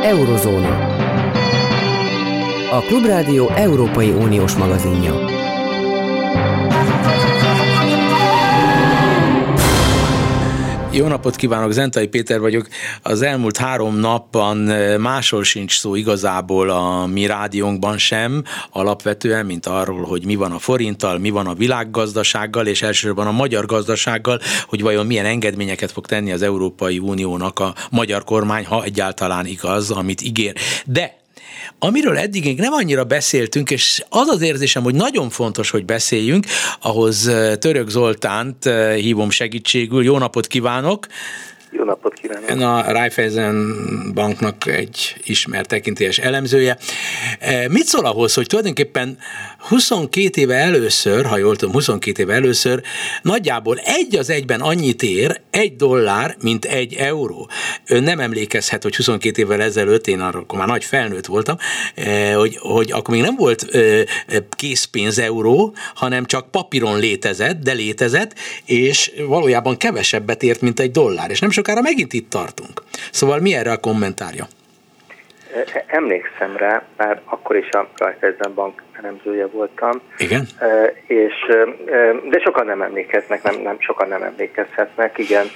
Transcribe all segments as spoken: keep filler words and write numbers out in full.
Eurozóna. A Klubrádió Európai Uniós magazinja. Jó napot kívánok, Zentai Péter vagyok. Az elmúlt három napban máshol sincs szó igazából a mi rádiónkban sem, alapvetően, mint arról, hogy mi van a forinttal, mi van a világgazdasággal, és elsősorban a magyar gazdasággal, hogy vajon milyen engedményeket fog tenni az Európai Uniónak a magyar kormány, ha egyáltalán igaz, amit ígér. De amiről eddig még nem annyira beszéltünk, és az az érzésem, hogy nagyon fontos, hogy beszéljünk, ahhoz Török Zoltánt hívom segítségül. Jó napot kívánok! Jó napot kívánok! Ön a Raiffeisen Banknak egy ismert tekintélyes elemzője. Mit szól ahhoz, hogy tulajdonképpen huszonkét éve először, ha jól tudom, huszonkét éve először nagyjából egy az egyben annyit ér egy dollár, mint egy euró. Ön nem emlékezhet, hogy huszonkét évvel ezelőtt, én arra akkor már nagy felnőtt voltam, hogy, hogy akkor még nem volt készpénz euró, hanem csak papíron létezett, de létezett, és valójában kevesebbet ért, mint egy dollár. És nem sokára megint itt tartunk. Szóval mi erre a kommentárja? Emlékszem rá, bár akkor is a Raiffeisen Bank elemzője voltam. Igen? És, de sokan nem emlékeznek, nem, nem sokan nem emlékezhetnek, igen.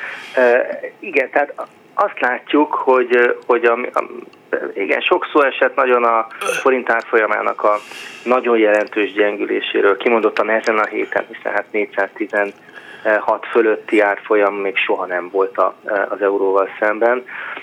Igen, tehát azt látjuk, hogy, hogy a, a, igen, sok szó esett nagyon a forint árfolyamának a nagyon jelentős gyengüléséről, kimondottan ezen a héten, hiszen hát négyszáztizenhat fölötti árfolyam még soha nem volt a, az euróval szemben,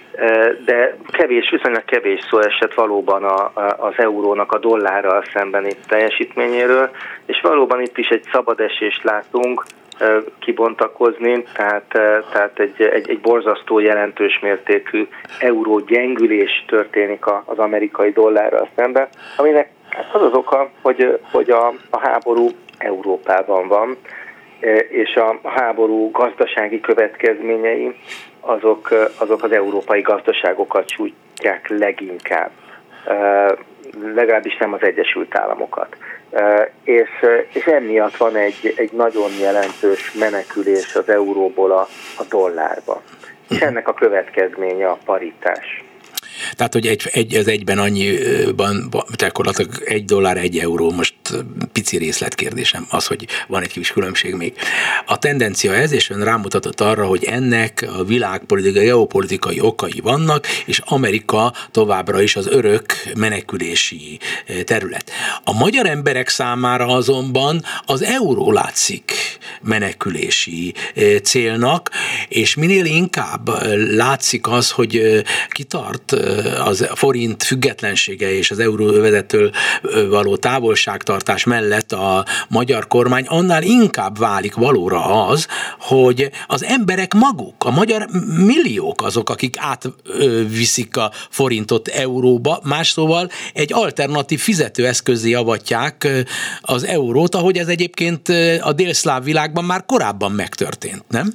de kevés, viszonylag kevés szó esett valóban a, a, az eurónak a dollárral szembeni teljesítményéről, és valóban itt is egy szabad esést látunk kibontakozni, tehát, tehát egy, egy, egy borzasztó jelentős mértékű euró gyengülés történik az amerikai dollárral szemben, aminek az az oka, hogy, hogy a, a háború Európában van, és a háború gazdasági következményei azok, azok az európai gazdaságokat sújtják leginkább, legalábbis nem az Egyesült Államokat. És, és emiatt van egy, egy nagyon jelentős menekülés az euróból a, a dollárba. És ennek a következménye a paritás. Tehát, hogy egy, egy, az egyben annyiban, gyakorlatilag egy dollár, egy euró, most pici részletkérdésem az, hogy van egy kis különbség még. A tendencia ez, és ön rámutatott arra, hogy ennek a világpolitikai, geopolitikai okai vannak, és Amerika továbbra is az örök menekülési terület. A magyar emberek számára azonban az euró látszik menekülési célnak, és minél inkább látszik az, hogy kitart az forint függetlensége és az euróövezettől való távolságtartás mellett a magyar kormány, annál inkább válik valóra az, hogy az emberek maguk, a magyar milliók azok, akik átviszik a forintot euróba, más szóval egy alternatív fizetőeszközzé avatják az eurót, ahogy ez egyébként a délszláv világban már korábban megtörtént, nem?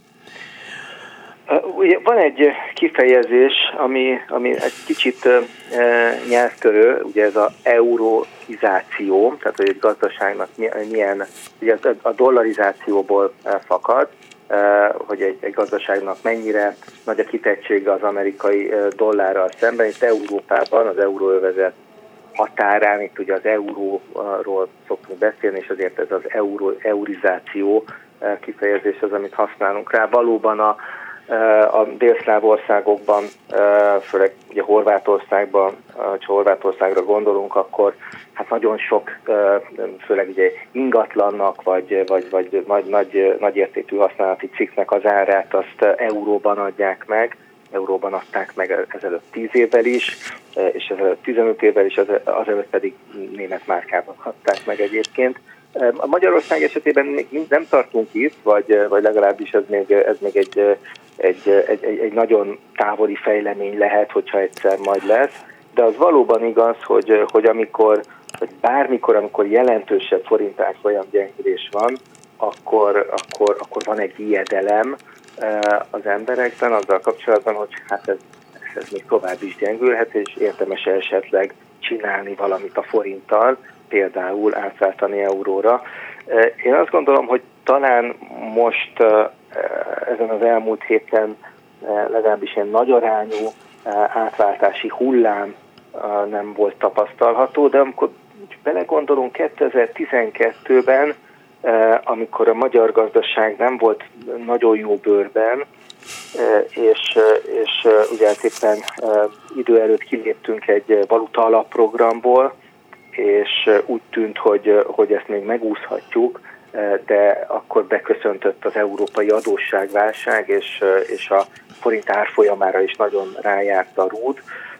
Ugye van egy kifejezés, ami, ami egy kicsit e, nyelvtörő, ugye ez az euroizáció, tehát hogy egy gazdaságnak milyen, ugye a dollarizációból fakad, e, hogy egy, egy gazdaságnak mennyire nagy a kitettsége az amerikai dollárral szemben. Itt Európában az euróövezet határán, itt ugye az euróról szoktunk beszélni, és azért ez az euró, eurizáció kifejezés az, amit használunk rá. Valóban a a délszláv országokban, főleg ugye Horvátországban, ha Horvátországra gondolunk, akkor hát nagyon sok, főleg ugye ingatlannak, vagy, vagy, vagy nagy, nagy, nagy értékű használati cikknek az árát azt euróban adják meg, euróban adták meg ezelőtt tíz évvel is, és ezelőtt tizenöt évvel is, azelőtt pedig német márkában adták meg egyébként. A Magyarország esetében még nem tartunk itt, vagy, vagy legalábbis ez még, ez még egy, egy, egy, egy, egy nagyon távoli fejlemény lehet, hogyha egyszer majd lesz, de az valóban igaz, hogy, hogy amikor, hogy bármikor, amikor jelentősebb forint árfolyam gyengülés van, akkor, akkor, akkor van egy ijedelem az emberekben azzal kapcsolatban, hogy hát ez, ez még tovább is gyengülhet, és érdemes esetleg csinálni valamit a forinttal, például átváltani euróra. Én azt gondolom, hogy talán most ezen az elmúlt héten legalábbis ilyen nagyarányú átváltási hullám nem volt tapasztalható, de amikor belegondolunk kétezer-tizenkettőben, amikor a magyar gazdaság nem volt nagyon jó bőrben, és, és ugye éppen idő előtt kiléptünk egy valuta alapprogramból, és úgy tűnt, hogy, hogy ezt még megúszhatjuk, de akkor beköszöntött az európai adósságválság, és, és a forint árfolyamára is nagyon rájárt a rúd.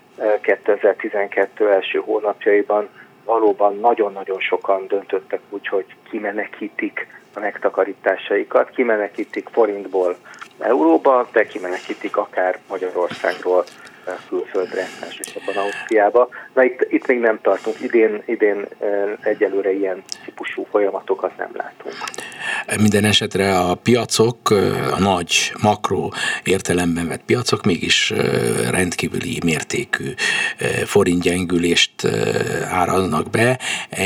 kétezer-tizenkettő első hónapjaiban valóban nagyon-nagyon sokan döntöttek úgy, hogy kimenekítik a megtakarításaikat, kimenekítik forintból euróba, de kimenekítik akár Magyarországról külföldre, elsősorban Ausztriába. Na itt, itt még nem tartunk, idén, idén egyelőre ilyen típusú folyamatokat nem látunk. Minden esetre a piacok, a nagy makro értelemben vett piacok mégis rendkívüli mértékű forintgyengülést áraznak be,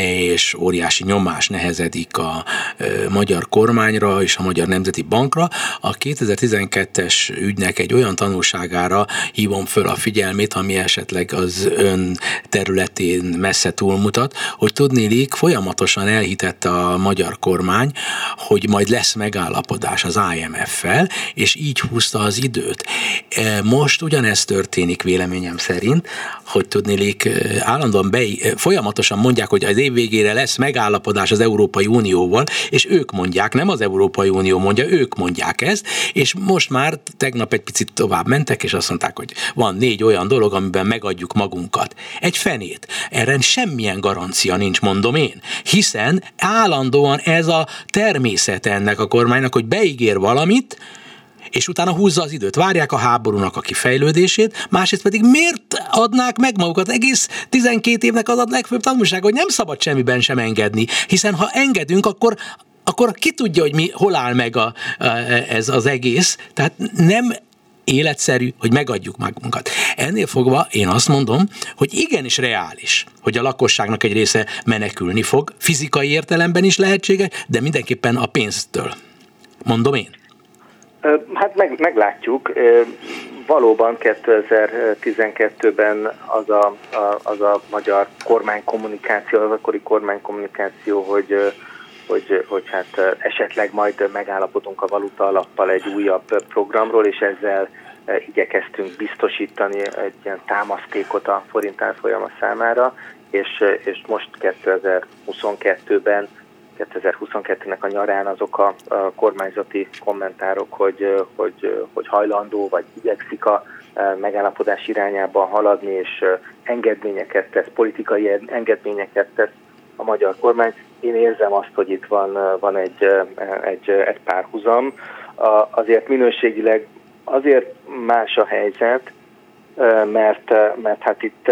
és óriási nyomás nehezedik a magyar kormányra és a Magyar Nemzeti Bankra. A kétezer-tizenkettes ügynek egy olyan tanulságára hívom föl a figyelmét, ami esetleg az ön területén messze túlmutat, hogy tudniillik folyamatosan elhitette a magyar kormány, hogy majd lesz megállapodás az I M F-fel, és így húzta az időt. Most ugyanezt történik véleményem szerint, hogy tudniillik állandóan be, folyamatosan mondják, hogy az év végére lesz megállapodás az Európai Unióval, és ők mondják, nem az Európai Unió mondja, ők mondják ezt, és most már tegnap egy picit tovább mentek, és azt mondták, hogy van négy olyan dolog, amiben megadjuk magunkat. Egy fenét. Erre semmilyen garancia nincs, mondom én. Hiszen állandóan ez a természet ennek a kormánynak, hogy beígér valamit, és utána húzza az időt. Várják a háborúnak a kifejlődését, másrészt pedig miért adnák meg magukat? Egész tizenkét évnek az a legfőbb tanulság, hogy nem szabad semmiben sem engedni, hiszen ha engedünk, akkor akkor ki tudja, hogy mi, hol áll meg a, a, ez az egész. Tehát nem életszerű, hogy megadjuk magunkat. Ennél fogva én azt mondom, hogy igenis reális, hogy a lakosságnak egy része menekülni fog, fizikai értelemben is lehetséges, de mindenképpen a pénztől. Mondom én. Hát meg, meglátjuk. Valóban kétezer-tizenkettőben az a, a, az a magyar kormánykommunikáció, az akkori kormánykommunikáció, hogy Hogy, hogy hát esetleg majd megállapodunk a valuta alappal egy újabb programról, és ezzel igyekeztünk biztosítani egy ilyen támasztékot a forint árfolyama számára, és, és most kétezer-huszonkettőben, kétezer-huszonkettőnek a nyarán azok a, a kormányzati kommentárok, hogy, hogy, hogy hajlandó vagy igyekszik a megállapodás irányában haladni, és engedményeket tesz, politikai engedményeket tesz a magyar kormány. Én érzem azt, hogy itt van, van egy, egy, egy párhuzam. Azért minőségileg azért más a helyzet, mert, mert hát itt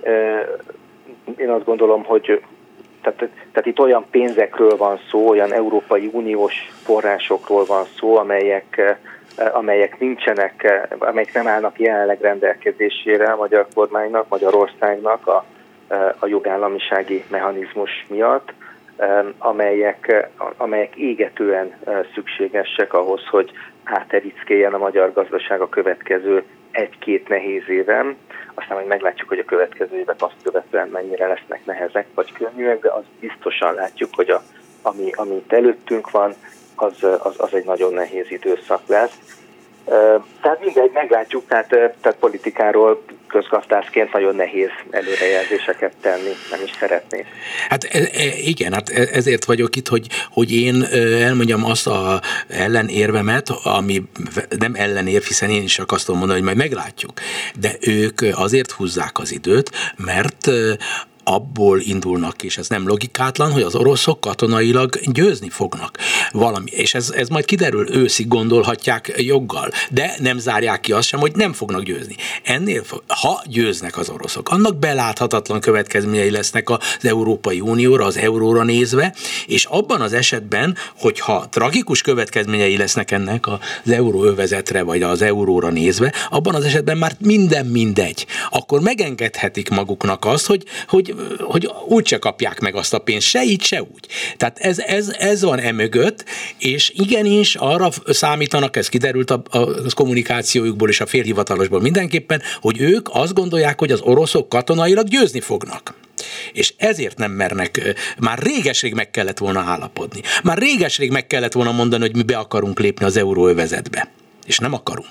én azt gondolom, hogy tehát, tehát itt olyan pénzekről van szó, olyan Európai Uniós forrásokról van szó, amelyek, amelyek nincsenek, amelyek nem állnak jelenleg rendelkezésére a magyar kormánynak, Magyarországnak a, a jogállamisági mechanizmus miatt, amelyek, amelyek égetően szükségesek ahhoz, hogy áterickeljen a magyar gazdaság a következő egy-két nehéz éven. Aztán majd meglátjuk, hogy a következő évek azt követően mennyire lesznek nehezek vagy könnyűek, de az biztosan látjuk, hogy a, ami, ami itt előttünk van, az, az, az egy nagyon nehéz időszak lesz. Tehát mindegy, meglátjuk, tehát, tehát politikáról közgazdászként nagyon nehéz előrejelzéseket tenni, nem is szeretnék. Hát igen, hát ezért vagyok itt, hogy, hogy én elmondjam azt a ellenérvemet, ami nem ellenérv, hiszen én is csak azt tudom mondani, hogy majd meglátjuk. De ők azért húzzák az időt, mert abból indulnak, és ez nem logikátlan, hogy az oroszok katonailag győzni fognak valami, és ez, ez majd kiderül, őszig gondolhatják joggal, de nem zárják ki azt sem, hogy nem fognak győzni. Ennél, ha győznek az oroszok, annak beláthatatlan következményei lesznek az Európai Unióra, az euróra nézve, és abban az esetben, hogyha tragikus következményei lesznek ennek az euróövezetre, vagy az euróra nézve, abban az esetben már minden mindegy. Akkor megengedhetik maguknak azt, hogy, hogy hogy, hogy úgyse kapják meg azt a pénzt, se így, se úgy. Tehát ez, ez, ez van emögött, és igenis arra számítanak, ez kiderült a, a kommunikációjukból és a félhivatalosból mindenképpen, hogy ők azt gondolják, hogy az oroszok katonailag győzni fognak. És ezért nem mernek, már réges-rég meg kellett volna állapodni. Már réges-rég meg kellett volna mondani, hogy mi be akarunk lépni az euróövezetbe. És nem akarunk.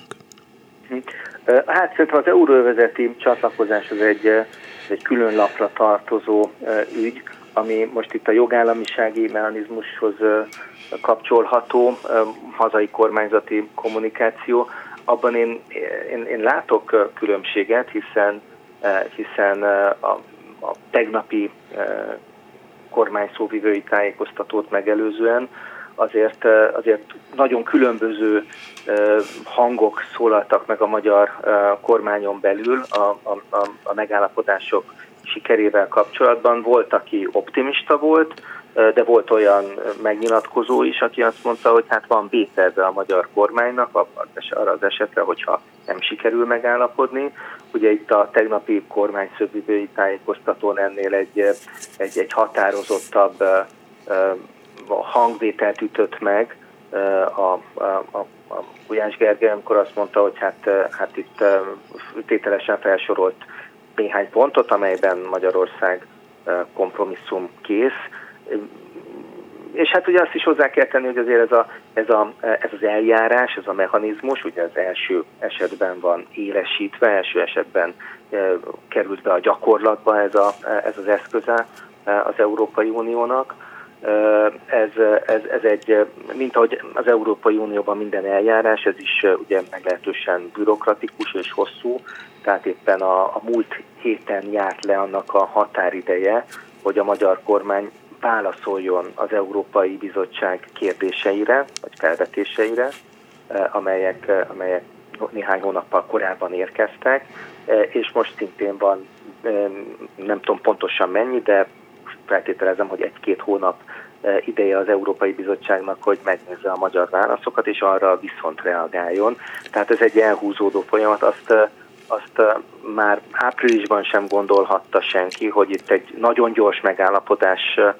Hát szerintem az euróövezeti csatlakozás az egy, egy külön lapra tartozó ügy, ami most itt a jogállamisági mechanizmushoz kapcsolható, hazai kormányzati kommunikáció. Abban én, én, én látok különbséget, hiszen, hiszen a a tegnapi kormányszóvivői tájékoztatót megelőzően azért, azért nagyon különböző hangok szólaltak meg a magyar kormányon belül a, a, a megállapodások sikerével kapcsolatban. Volt, aki optimista volt, de volt olyan megnyilatkozó is, aki azt mondta, hogy hát van B-terve a magyar kormánynak arra az esetre, hogyha nem sikerül megállapodni. Ugye itt a tegnapi kormányszövivői tájékoztatón ennél egy, egy, egy határozottabb hangvételt ütött meg a, a, a, a Gulyás Gergely, amikor azt mondta, hogy hát, hát itt tételesen felsorolt néhány pontot, amelyben Magyarország kompromisszum kész. És hát ugye azt is hozzá kell tenni, hogy azért ez, a, ez, a, ez az eljárás, ez a mechanizmus, ugye az első esetben van élesítve, első esetben e, került be a gyakorlatba ez, a, ez az eszköze az Európai Uniónak. Ez, ez, ez egy, mint ahogy az Európai Unióban minden eljárás, ez is ugye meglehetősen bürokratikus és hosszú, tehát éppen a, a múlt héten járt le annak a határideje, hogy a magyar kormány válaszoljon az Európai Bizottság kérdéseire, vagy felvetéseire, amelyek, amelyek néhány hónappal korábban érkeztek, és most szintén van, nem tudom pontosan mennyi, de feltételezem, hogy egy-két hónap ideje az Európai Bizottságnak, hogy megnézze a magyar válaszokat, és arra viszont reagáljon. Tehát ez egy elhúzódó folyamat, azt, azt már áprilisban sem gondolhatta senki, hogy itt egy nagyon gyors megállapodás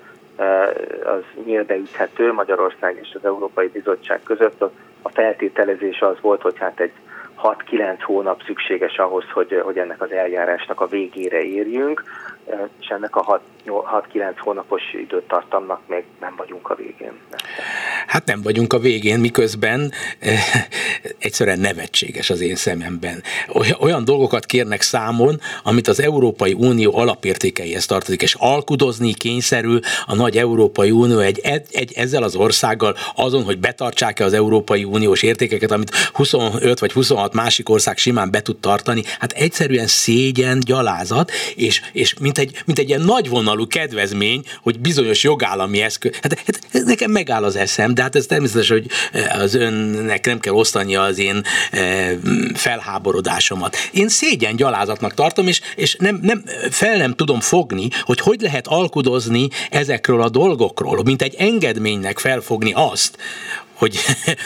az nyílbeüthető Magyarország és az Európai Bizottság között. A feltételezés az volt, hogy hát egy hat-kilenc hónap szükséges ahhoz, hogy, hogy ennek az eljárásnak a végére érjünk, és ennek a hat-kilenc hónapos időtartamnak még nem vagyunk a végén. Hát nem vagyunk a végén, miközben eh, egyszerűen nevetséges az én szememben. Olyan, olyan dolgokat kérnek számon, amit az Európai Unió alapértékeihez tartozik, és alkudozni kényszerül a nagy Európai Unió egy, egy ezzel az országgal azon, hogy betartsák-e az Európai Uniós értékeket, amit huszonöt vagy huszonhat másik ország simán be tud tartani. Hát egyszerűen szégyen, gyalázat, és, és mint, egy, mint egy ilyen nagyvonalú kedvezmény, hogy bizonyos jogállami eszköz. Hát, hát nekem megáll az eszem, de hát ez természetes, hogy az önnek nem kell osztania az én felháborodásomat. Én szégyen gyalázatnak tartom, és, és nem, nem, fel nem tudom fogni, hogy hogy lehet alkudozni ezekről a dolgokról, mint egy engedménynek felfogni azt, hogy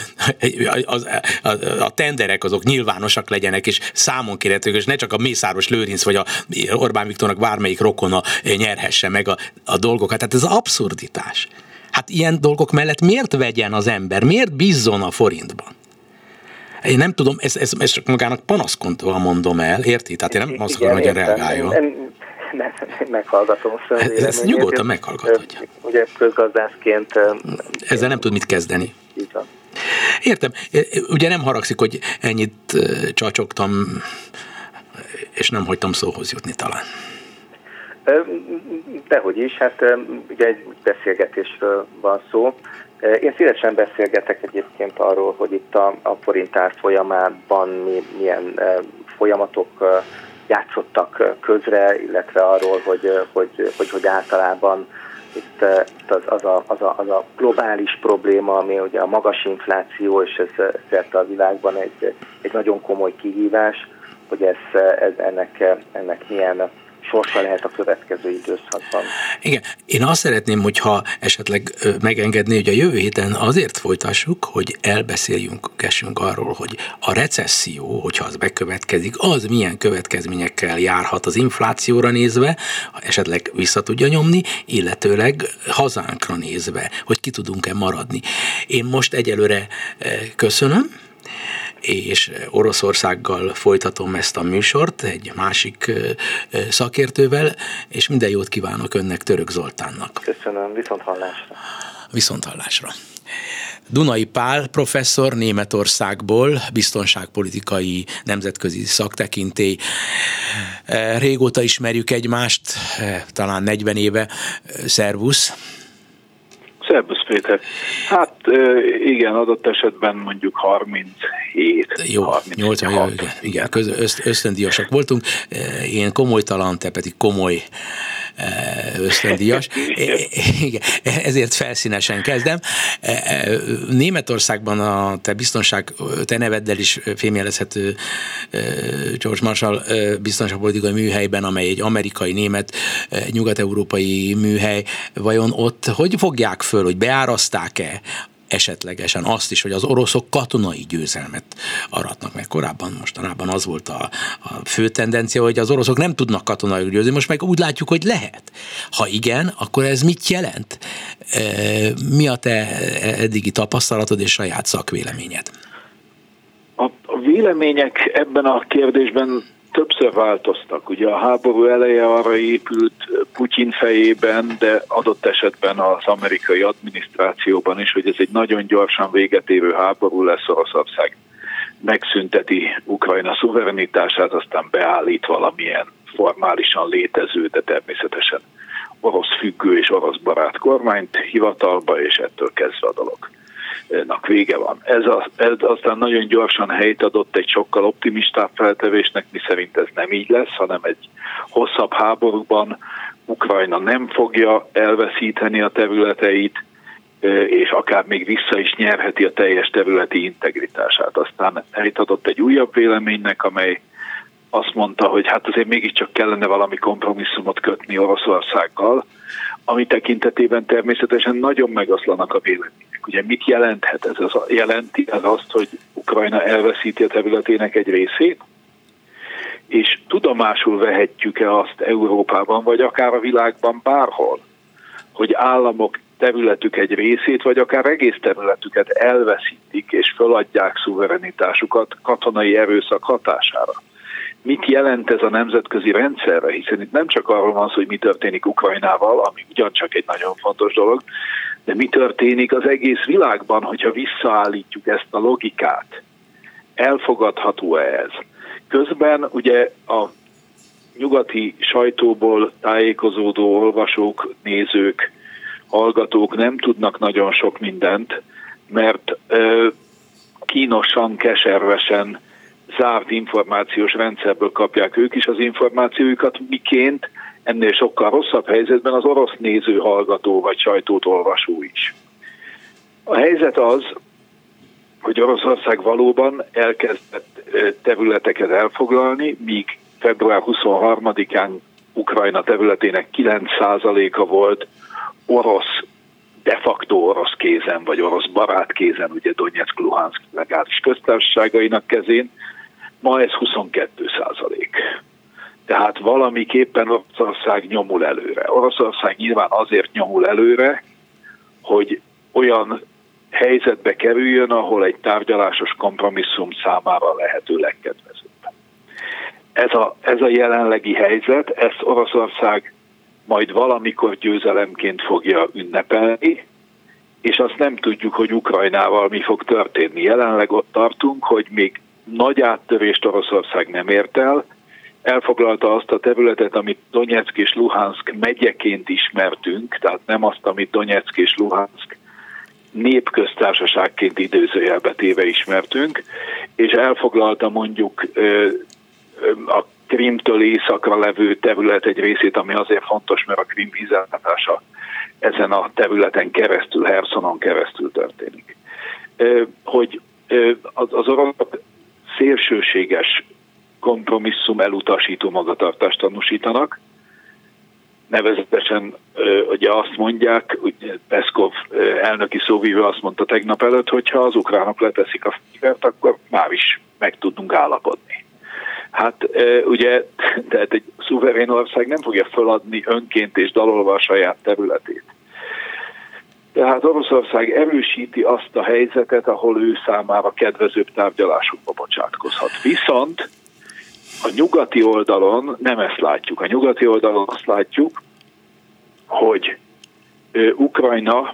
a, a, a tenderek azok nyilvánosak legyenek, és számon kérhetők, és ne csak a Mészáros Lőrinc vagy a Orbán Viktornak bármelyik rokona nyerhesse meg a, a dolgokat. Tehát ez abszurditás. Hát ilyen dolgok mellett miért vegyen az ember? Miért bízzon a forintban? Én nem tudom, ezt ez, ez csak magának panaszkodva mondom el, érti? Tehát én nem azt akarom, hogy reagáljon. Nem, nem, meghallgatom. Ez, ezt nyugodtan meghallgathatja. Ugye közgazdászként... Ezzel nem tud mit kezdeni. Így van. Értem. Ugye nem haragszik, hogy ennyit csacsogtam, és nem hagytam szóhoz jutni talán. Dehogy is, hát ugye egy beszélgetésről van szó. Én szívesen beszélgetek egyébként arról, hogy itt a, a forint árfolyamában mi, milyen folyamatok játszottak közre, illetve arról, hogy, hogy, hogy, hogy általában itt, itt az, az, a, az, a, az a globális probléma, ami ugye a magas infláció, és ez szerte a világban egy, egy nagyon komoly kihívás, hogy ez, ez ennek, ennek milyen sorsa lehet a következő időszakban. Igen, én azt szeretném, hogyha esetleg megengedné, hogy a jövő héten azért folytassuk, hogy elbeszéljünk, kessünk arról, hogy a recesszió, hogyha az bekövetkezik, az milyen következményekkel járhat az inflációra nézve, ha esetleg vissza tudja nyomni, illetőleg hazánkra nézve, hogy ki tudunk-e maradni. Én most egyelőre köszönöm, és Oroszországgal folytatom ezt a műsort egy másik szakértővel, és minden jót kívánok önnek, Török Zoltánnak. Köszönöm, viszont hallásra. Viszont hallásra. Dunai Pál professzor Németországból, biztonságpolitikai nemzetközi szaktekintély. Régóta ismerjük egymást, talán negyven éve. Szervusz! Szervusz, Péter. Hát igen, adott esetben mondjuk harminchét. Jó, nyolcvan, jó, igen, igen köz, öszt, ösztöndíjasak voltunk. Én komolytalan, te pedig komoly ösztöndíjas. Igen, ezért felszínesen kezdem. Németországban a te biztonság, te neveddel is fémjelezhető George Marshall biztonságpolitikai műhelyben, amely egy amerikai-német nyugat-európai műhely, vajon ott hogy fogják föl, hogy beárazták-e esetlegesen azt is, hogy az oroszok katonai győzelmet aratnak, mert korábban, mostanában az volt a, a fő tendencia, hogy az oroszok nem tudnak katonai győzni, most meg úgy látjuk, hogy lehet. Ha igen, akkor ez mit jelent? Mi a te eddigi tapasztalatod és saját szakvéleményed? A vélemények ebben a kérdésben többször változtak. Ugye a háború eleje arra épült Putyin fejében, de adott esetben az amerikai adminisztrációban is, hogy ez egy nagyon gyorsan véget érő háború lesz, Oroszország megszünteti Ukrajna szuverenitását, aztán beállít valamilyen formálisan létező, de természetesen orosz függő és orosz barát kormányt hivatalba, és ettől kezdve a dolog. Vége van. Ez, a, ez aztán nagyon gyorsan helyt adott egy sokkal optimistább feltevésnek, miszerint ez nem így lesz, hanem egy hosszabb háborúban Ukrajna nem fogja elveszíteni a területeit, és akár még vissza is nyerheti a teljes területi integritását. Aztán helyt adott egy újabb véleménynek, amely azt mondta, hogy hát azért mégiscsak kellene valami kompromisszumot kötni Oroszországgal, ami tekintetében természetesen nagyon megoszlanak a vélemények. Ugye mit jelenthet ez? Az, jelenti ez azt, hogy Ukrajna elveszíti a területének egy részét, és tudomásul vehetjük-e azt Európában, vagy akár a világban bárhol, hogy államok területük egy részét, vagy akár egész területüket elveszítik, és föladják szuverenitásukat katonai erőszak hatására. Mit jelent ez a nemzetközi rendszerre? Hiszen itt nem csak arról van szó, hogy mi történik Ukrajnával, ami ugyancsak egy nagyon fontos dolog, de mi történik az egész világban, hogyha visszaállítjuk ezt a logikát. Elfogadható-e ez? Közben ugye a nyugati sajtóból tájékozódó olvasók, nézők, hallgatók nem tudnak nagyon sok mindent, mert ö, kínosan, keservesen zárt információs rendszerből kapják ők is az információikat, miként ennél sokkal rosszabb helyzetben az orosz néző, hallgató vagy sajtót olvasó is. A helyzet az, hogy Oroszország valóban elkezdett területeket elfoglalni, míg február huszonharmadikán Ukrajna területének kilenc százaléka volt orosz, de facto orosz kézen, vagy orosz barát kézen, ugye Donyeck, Luhanszk legális köztársaságainak kezén, ma ez huszonkettő százalék. Tehát valamiképpen Oroszország nyomul előre. Oroszország nyilván azért nyomul előre, hogy olyan helyzetbe kerüljön, ahol egy tárgyalásos kompromisszum számára lehető legkedvezőbb. Ez a, ez a jelenlegi helyzet, ezt Oroszország majd valamikor győzelemként fogja ünnepelni, és azt nem tudjuk, hogy Ukrajnával mi fog történni. Jelenleg ott tartunk, hogy még nagy áttörést Oroszország nem ért el, elfoglalta azt a területet, amit Donyeck és Luhanszk megyeként ismertünk, tehát nem azt, amit Donyeck és Luhanszk népköztársaságként idézőjelbe téve ismertünk, és elfoglalta mondjuk a Krimtől északra levő terület egy részét, ami azért fontos, mert a Krim vízellátása ezen a területen keresztül, Hersonon keresztül történik. Hogy az oroszok szélsőséges kompromisszum elutasító magatartást tanúsítanak, Nevezetesen ugye azt mondják, ugye Peszkov elnöki szóvívő azt mondta tegnap előtt, hogyha az ukránok leteszik a fegyvert, akkor már is meg tudunk állapodni. Hát ugye, tehát egy szuverén ország nem fogja feladni önként és dalolva a saját területét. Tehát Oroszország erősíti azt a helyzetet, ahol ő számára kedvezőbb tárgyalásokba bocsátkozhat. Viszont a nyugati oldalon nem ezt látjuk. A nyugati oldalon azt látjuk, hogy Ukrajna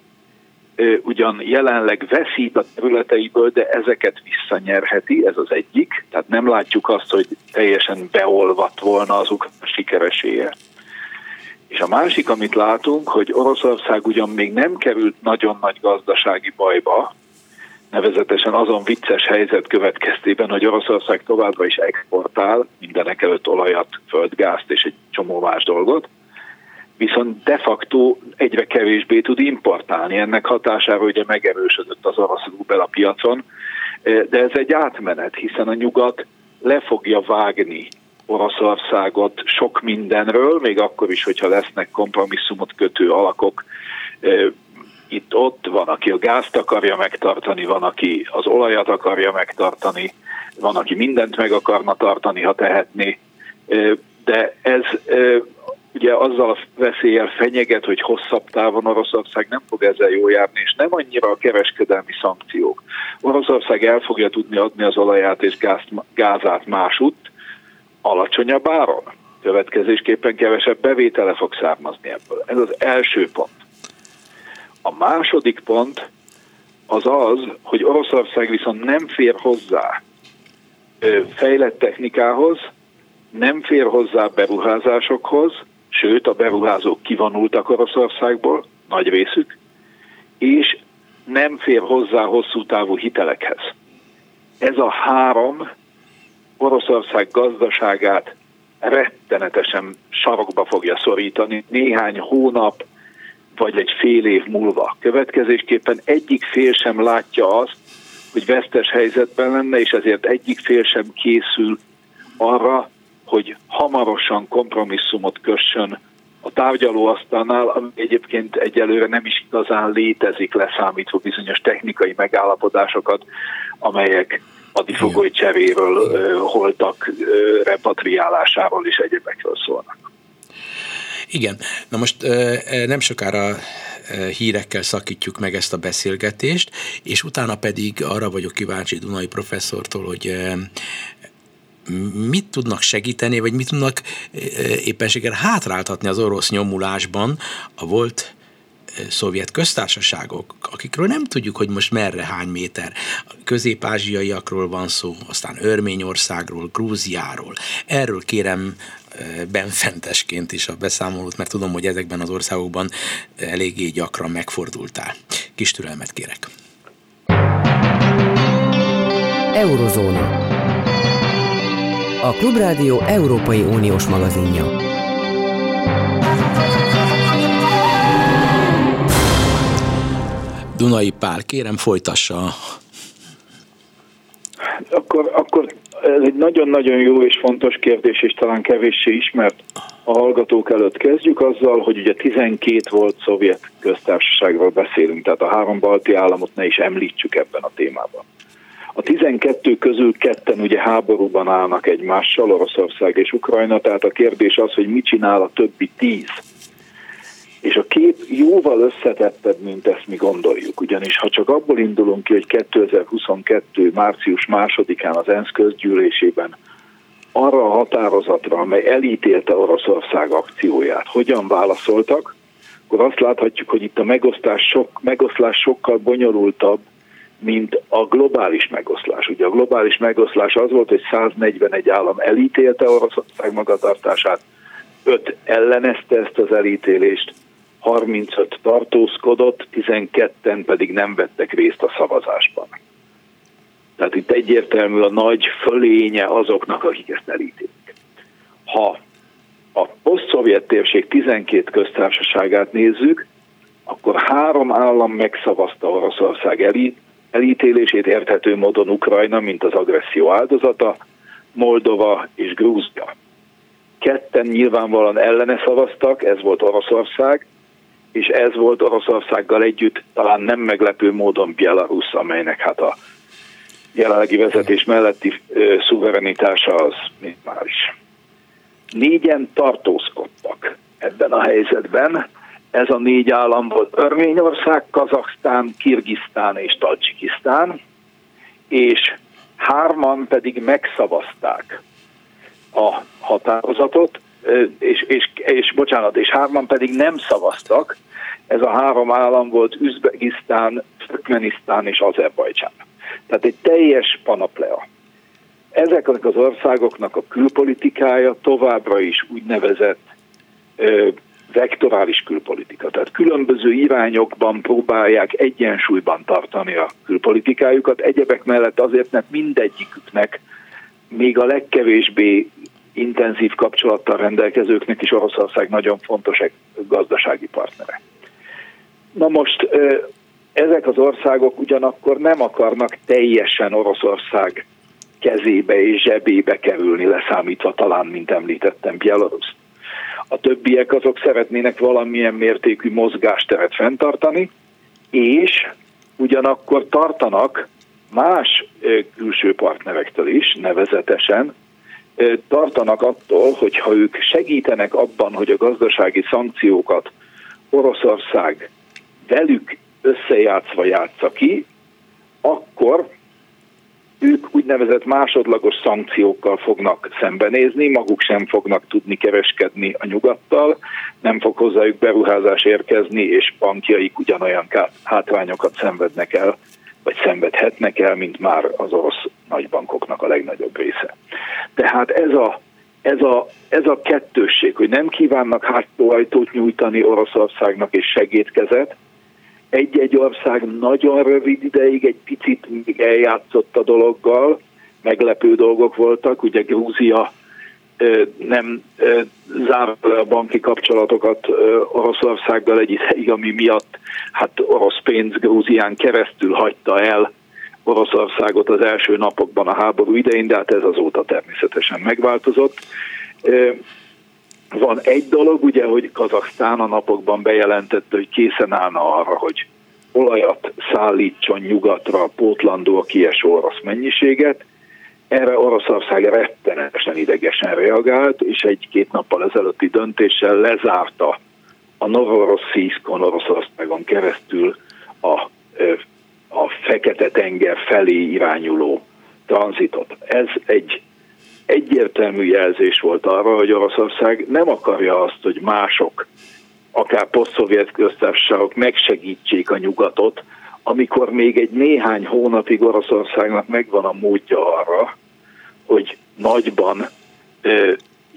ugyan jelenleg veszít a területeiből, de ezeket visszanyerheti, ez az egyik. Tehát nem látjuk azt, hogy teljesen beolvadt volna az ukrán sikeresége. És a másik, amit látunk, hogy Oroszország ugyan még nem került nagyon nagy gazdasági bajba, nevezetesen azon vicces helyzet következtében, hogy Oroszország továbbra is exportál, mindenek előtt olajat, földgázt és egy csomó más dolgot, viszont de facto egyre kevésbé tud importálni. Ennek hatására ugye megerősödött az orosz rubel a piacon, de ez egy átmenet, hiszen a nyugat le fogja vágni Oroszországot sok mindenről, még akkor is, hogyha lesznek kompromisszumot kötő alakok. Itt-ott van, aki a gázt akarja megtartani, van, aki az olajat akarja megtartani, van, aki mindent meg akarna tartani, ha tehetné. De ez ugye azzal a veszéllyel fenyeget, hogy hosszabb távon Oroszország nem fog ezzel jól járni, és nem annyira a kereskedelmi szankciók. Oroszország el fogja tudni adni az olaját és gázt, gázát másutt, alacsonyabb áron. Következésképpen kevesebb bevétele fog származni ebből. Ez az első pont. A második pont az az, hogy Oroszország viszont nem fér hozzá fejlett technikához, nem fér hozzá beruházásokhoz, sőt a beruházók kivonultak Oroszországból, nagy részük, és nem fér hozzá hosszú távú hitelekhez. Ez a három Oroszország gazdaságát rettenetesen sarokba fogja szorítani néhány hónap vagy egy fél év múlva. Következésképpen egyik fél sem látja azt, hogy vesztes helyzetben lenne, és ezért egyik fél sem készül arra, hogy hamarosan kompromisszumot kössön a tárgyalóasztalnál, ami egyébként egyelőre nem is igazán létezik, leszámítva bizonyos technikai megállapodásokat, amelyek hadifogói cseréről, holtak repatriálásáról és egyébekről szólnak. Igen, na most nem sokára hírekkel szakítjuk meg ezt a beszélgetést, és utána pedig arra vagyok kíváncsi Dunai professzortól, hogy mit tudnak segíteni, vagy mit tudnak éppenséggel hátráltatni az orosz nyomulásban a volt szovjet köztársaságok, akikről nem tudjuk, hogy most merre, hány méter. Közép-ázsiaiakról van szó, aztán Örményországról, Grúziáról. Erről kérem benfentesként is a beszámolót, mert tudom, hogy ezekben az országokban eléggé gyakran megfordultál. Kis türelmet kérek. Eurozóna. A Klubrádió Európai Uniós magazinja. Dunai Pál, kérem folytassa. Akkor, akkor ez egy nagyon-nagyon jó és fontos kérdés, és talán kevéssé ismert a hallgatók előtt. Kezdjük azzal, hogy ugye tizenkét volt szovjet köztársaságról beszélünk, tehát a három balti államot ne is említsük ebben a témában. A tizenkettő közül ketten ugye háborúban állnak egymással, Oroszország és Ukrajna, tehát a kérdés az, hogy mit csinál a többi tíz. És a kép jóval összetettebb, mint ezt mi gondoljuk, ugyanis ha csak abból indulunk ki, hogy kétezer-huszonkettő. március másodikán az ENSZ közgyűlésében arra a határozatra, amely elítélte Oroszország akcióját, hogyan válaszoltak, akkor azt láthatjuk, hogy itt a megosztás, sok, megoszlás sokkal bonyolultabb, mint a globális megoszlás. Ugye a globális megoszlás az volt, hogy száznegyvenegy állam elítélte Oroszország magatartását, öt ellenezte ezt az elítélést, harmincöt tartózkodott, tizenketten pedig nem vettek részt a szavazásban. Tehát itt egyértelmű a nagy fölénye azoknak, akik ezt elítélik. Ha a poszt-szovjet térség tizenkét köztársaságát nézzük, akkor három állam megszavazta Oroszország elít, elítélését, érthető módon Ukrajna, mint az agresszió áldozata, Moldova és Grúzia. ketten nyilvánvalóan ellene szavaztak, ez volt Oroszország, és ez volt Oroszországgal együtt talán nem meglepő módon Belarus, amelynek hát a jelenlegi vezetés melletti ö, szuverenitása az minimális. Négyen tartózkodtak ebben a helyzetben. Ez a négy állam volt Örményország, Kazaksztán, Kirgisztán és Tadzsikisztán, és hárman pedig megszavazták a határozatot, és, és, és bocsánat, és hárman pedig nem szavaztak. Ez a három állam volt Üzbegisztán, Türkmenisztán és Azerbajdzsán. Tehát egy teljes panaplea. Ezeknek az országoknak a külpolitikája továbbra is úgynevezett ö, vektorális külpolitika. Tehát különböző irányokban próbálják egyensúlyban tartani a külpolitikájukat. Egyebek mellett azért, mert mindegyiküknek, még a legkevésbé intenzív kapcsolattal rendelkezőknek is Oroszország nagyon fontos gazdasági partnere. Na most ezek az országok ugyanakkor nem akarnak teljesen Oroszország kezébe és zsebébe kerülni, leszámítva talán, mint említettem, Belarus. A többiek azok szeretnének valamilyen mértékű mozgásteret fenntartani, és ugyanakkor tartanak más külső partnerektől is, nevezetesen tartanak attól, hogyha ők segítenek abban, hogy a gazdasági szankciókat Oroszország velük összejátszva játsza ki, akkor ők úgynevezett másodlagos szankciókkal fognak szembenézni, maguk sem fognak tudni kereskedni a nyugattal, nem fog hozzájuk beruházás érkezni, és bankjaik ugyanolyan hátrányokat szenvednek el, vagy szenvedhetnek el, mint már az orosz nagybankoknak a legnagyobb része. Tehát ez a, ez a, ez a kettősség, hogy nem kívánnak hátsóajtót nyújtani Oroszországnak és segédkezet, egy-egy ország nagyon rövid ideig egy picit még eljátszott a dologgal, meglepő dolgok voltak, ugye Grúzia nem zárta le a banki kapcsolatokat Oroszországgal egy ideig, ami miatt hát orosz pénz Grúzián keresztül hagyta el Oroszországot az első napokban a háború idején, de hát ez azóta természetesen megváltozott. Van egy dolog, ugye, hogy Kazaksztán a napokban bejelentette, hogy készen állna arra, hogy olajat szállítson nyugatra, pótlandó a kieső orosz mennyiséget. Erre Oroszország rettenetesen idegesen reagált, és egy-két nappal ezelőtti döntéssel lezárta a Novorosszijszkon, Oroszországon keresztül a, a Fekete-tenger felé irányuló tranzitot. Ez egy egyértelmű jelzés volt arra, hogy Oroszország nem akarja azt, hogy mások, akár posztszovjet köztársaságok megsegítsék a nyugatot, amikor még egy néhány hónapig Oroszországnak megvan a módja arra, hogy nagyban ö,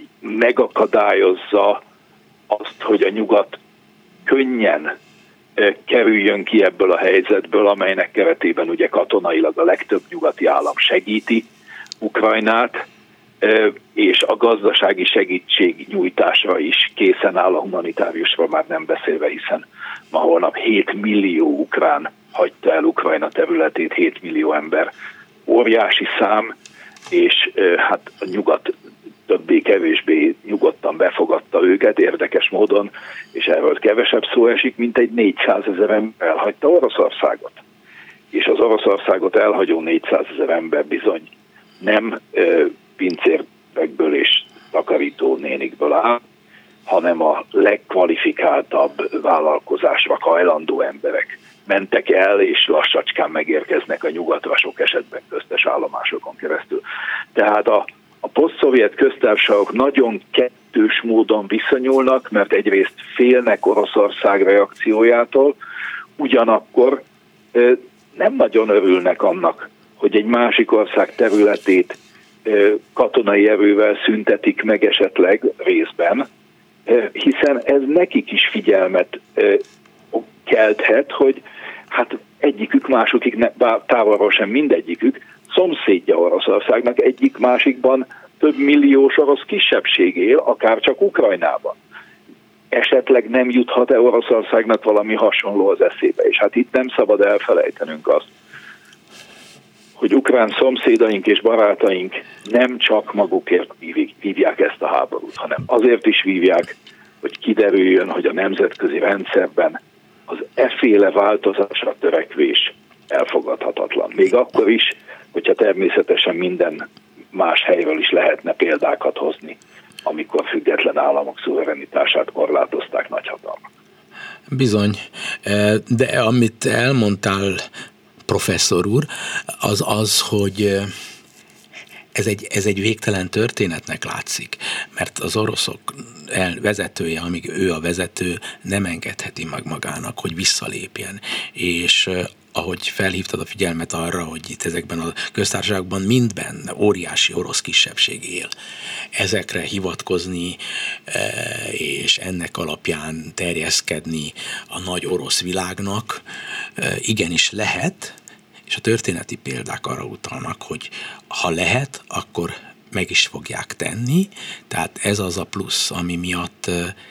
megakadályozza azt, hogy a nyugat könnyen ö, kerüljön ki ebből a helyzetből, amelynek keretében ugye katonailag a legtöbb nyugati állam segíti Ukrajnát, ö, és a gazdasági segítség nyújtásra is készen áll, a humanitáriusról már nem beszélve, hiszen ma holnap hét millió ukrán hagyta el Ukrajna területét, hét millió ember, óriási szám, és hát a nyugat többé-kevésbé nyugodtan befogadta őket érdekes módon, és erről kevesebb szó esik, mint egy négyszázezer ember elhagyta Oroszországot. És az Oroszországot elhagyó négyszázezer ember bizony nem ö, pincérekből és takarító nénikből áll, hanem a legkvalifikáltabb vállalkozásra hajlandó emberek mentek el, és lassacskán megérkeznek a nyugatra, sok esetben köztes állomásokon keresztül. Tehát a, a posztszovjet köztársaságok nagyon kettős módon viszonyulnak, mert egyrészt félnek Oroszország reakciójától, ugyanakkor ö, nem nagyon örülnek annak, hogy egy másik ország területét ö, katonai erővel szüntetik meg esetleg részben, ö, hiszen ez nekik is figyelmet ö, kelthet, hogy hát egyikük, másokig, ne, távolról sem mindegyikük, szomszédja Oroszországnak, egyik másikban több milliós orosz kisebbség él, akár csak Ukrajnában. Esetleg nem juthat-e Oroszországnak valami hasonló az eszébe, és hát itt nem szabad elfelejtenünk azt, hogy ukrán szomszédaink és barátaink nem csak magukért vívják ezt a háborút, hanem azért is vívják, hogy kiderüljön, hogy a nemzetközi rendszerben az efféle változásra törekvés elfogadhatatlan. Még akkor is, hogyha természetesen minden más helyről is lehetne példákat hozni, amikor független államok szuverenitását korlátozták nagyhatalmak. Bizony, de amit elmondtál, professzor úr, az az, hogy ez egy, ez egy végtelen történetnek látszik, mert az oroszok vezetője, amíg ő a vezető, nem engedheti meg magának, hogy visszalépjen, és ahogy felhívtad a figyelmet arra, hogy itt ezekben a köztársaságban mindben óriási orosz kisebbség él. Ezekre hivatkozni és ennek alapján terjeszkedni a nagy orosz világnak igenis lehet, és a történeti példák arra utalnak, hogy ha lehet, akkor meg is fogják tenni, tehát ez az a plusz, ami miatt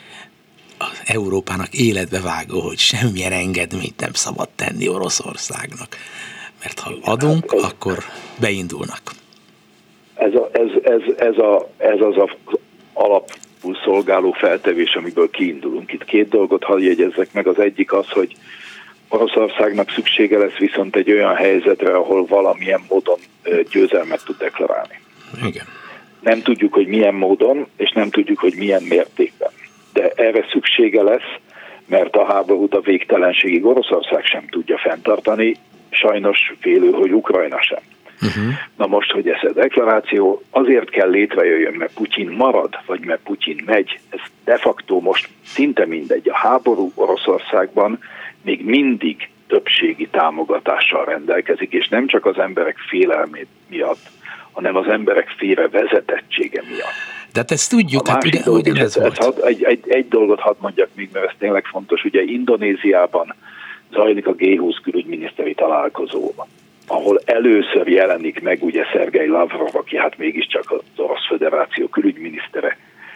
az Európának életbe vágó, hogy semmilyen engedményt nem szabad tenni Oroszországnak, mert ha adunk, akkor beindulnak. Ez, a, ez, ez, ez, a, ez az az alapul szolgáló feltevés, amiből kiindulunk. Itt két dolgot hadd jegyezzek meg. Az egyik az, hogy Oroszországnak szüksége lesz viszont egy olyan helyzetre, ahol valamilyen módon győzelmet tud deklarálni. Igen. Nem tudjuk, hogy milyen módon, és nem tudjuk, hogy milyen mértékben. De erre szüksége lesz, mert a háborút a végtelenségig Oroszország sem tudja fenntartani, sajnos félő, hogy Ukrajna sem. Uh-huh. Na most, hogy ez a deklaráció azért kell létrejöjjön, mert Putyin marad, vagy mert Putyin megy, ez de facto most szinte mindegy. A háború Oroszországban még mindig többségi támogatással rendelkezik, és nem csak az emberek félelmét miatt, hanem az emberek félre vezetettsége miatt. De hát ezt tudjuk, hát ugye, dolog, ugyan ez, ez, ez ez egy, egy, egy dolgot hadd mondjak még, mert ez tényleg fontos. Ugye Indonéziában zajlik a gé húsz külügyminiszteri találkozó, ahol először jelenik meg ugye Szergej Lavrov, aki hát mégiscsak az Orosz Föderáció külügyminisztere.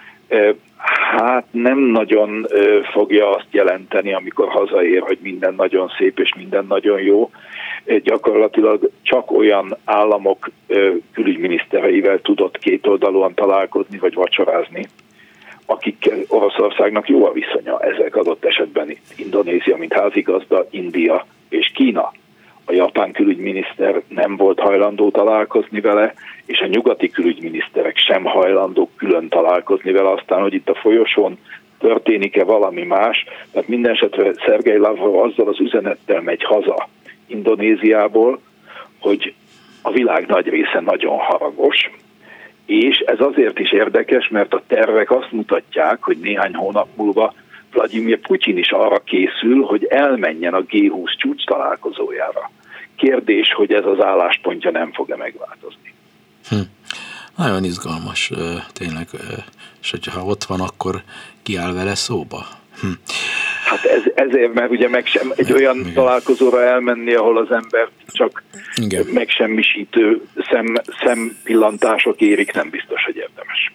Hát nem nagyon fogja azt jelenteni, amikor hazaér, hogy minden nagyon szép és minden nagyon jó. Gyakorlatilag csak olyan államok külügyminisztereivel tudott kétoldalúan találkozni vagy vacsorázni, akikkel Oroszországnak jó a viszonya. Ezek adott esetben itt Indonézia, mint házigazda, India és Kína. A japán külügyminiszter nem volt hajlandó találkozni vele, és a nyugati külügyminiszterek sem hajlandók külön találkozni vele, aztán, hogy itt a folyosón történik-e valami más. Tehát minden esetre Szergej Lavrov azzal az üzenettel megy haza Indonéziából, hogy a világ nagy része nagyon haragos, és ez azért is érdekes, mert a tervek azt mutatják, hogy néhány hónap múlva Vladimir Putyin is arra készül, hogy elmenjen a gé húsz csúcs találkozójára. Kérdés, hogy ez az álláspontja nem fog-e megváltozni. Hm. Nagyon izgalmas, tényleg, és hogyha ott van, akkor kiáll vele szóba. Hm. Hát ez, ezért, mert ugye meg sem, egy olyan igen. találkozóra elmenni, ahol az ember csak igen. megsemmisítő szem, szempillantások érik, nem biztos, hogy érdemes.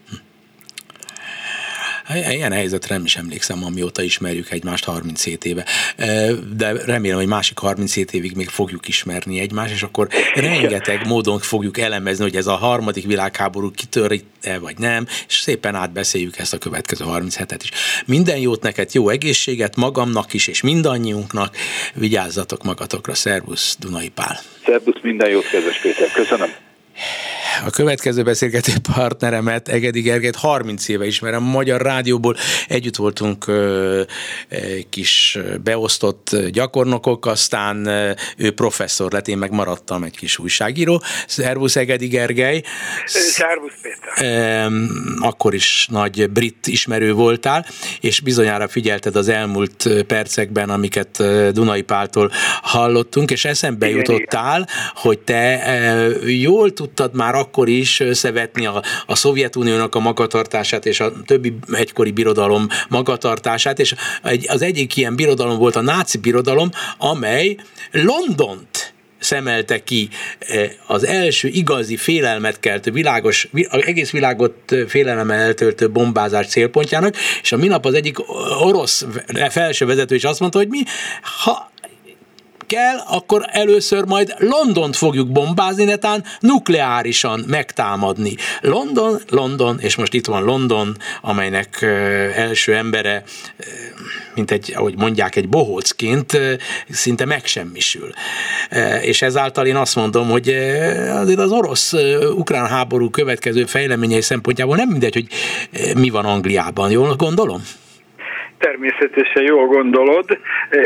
Ilyen helyzetre nem is emlékszem, amióta ismerjük egymást harminchét éve. De remélem, hogy másik harminchét évig még fogjuk ismerni egymást, és akkor rengeteg módon fogjuk elemezni, hogy ez a harmadik világháború kitör-e vagy nem, és szépen átbeszéljük ezt a következő harminchetet is. Minden jót neked, jó egészséget magamnak is, és mindannyiunknak. Vigyázzatok magatokra. Szervusz, Dunai Pál. Szervusz, minden jót, kedves Péter. Köszönöm. A következő beszélgető partneremet, Egedi Gergelyt harminc éve ismerem, a Magyar Rádióból együtt voltunk ö, kis beosztott gyakornokok, aztán ő professzor lett, én meg maradtam egy kis újságíró. Szervusz, Egedi Gergely. Szervusz, Péter. Akkor is nagy brit ismerő voltál, és bizonyára figyelted az elmúlt percekben, amiket Dunai Páltól hallottunk, és eszembe igen, jutottál, igen. hogy te jól tudtad már akkor is összevetni a, a Szovjetuniónak a magatartását és a többi egykori birodalom magatartását, és egy, az egyik ilyen birodalom volt a náci birodalom, amely Londont szemelte ki az első igazi félelmet keltő, világos, egész világot félelemmel eltöltő bombázás célpontjának, és a minap az egyik orosz felső vezető is azt mondta, hogy mi, ha kell, akkor először majd Londont fogjuk bombázni, netán nukleárisan megtámadni. London, London, és most itt van London, amelynek első embere, mint egy, ahogy mondják, egy bohócként szinte megsemmisül. És ezáltal én azt mondom, hogy azért az orosz-ukrán háború következő fejleményei szempontjából nem mindegy, hogy mi van Angliában. Jól gondolom? Természetesen jól gondolod,